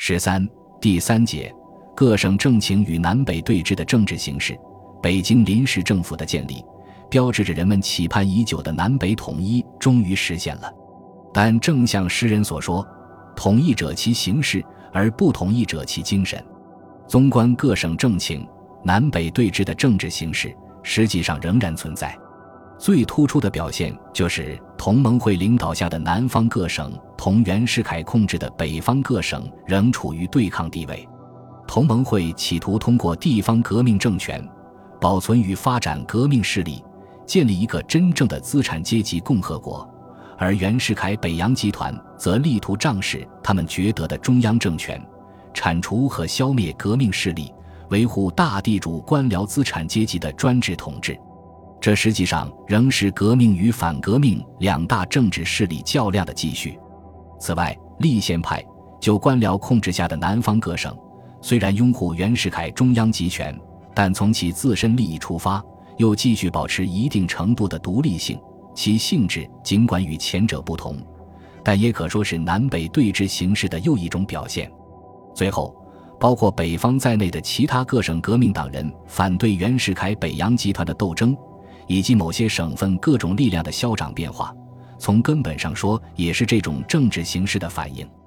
13第3节各省政情与南北对峙的政治形势。北京临时政府的建立，标志着人们期盼已久的南北统一终于实现了。但正像诗人所说，统一者其形式，而不统一者其精神。纵观各省政情，南北对峙的政治形势实际上仍然存在。最突出的表现就是同盟会领导下的南方各省同袁世凯控制的北方各省仍处于对抗地位。同盟会企图通过地方革命政权保存与发展革命势力，建立一个真正的资产阶级共和国，而袁世凯北洋集团则力图仗势他们掘得的中央政权，铲除和消灭革命势力，维护大地主官僚资产阶级的专制统治。这实际上仍是革命与反革命两大政治势力较量的继续。此外，立宪派就官僚控制下的南方各省，虽然拥护袁世凯中央集权，但从其自身利益出发，又继续保持一定程度的独立性，其性质尽管与前者不同，但也可说是南北对峙形势的又一种表现。最后，包括北方在内的其他各省革命党人反对袁世凯北洋集团的斗争，以及某些省份各种力量的消长变化，从根本上说也是这种政治形势的反应。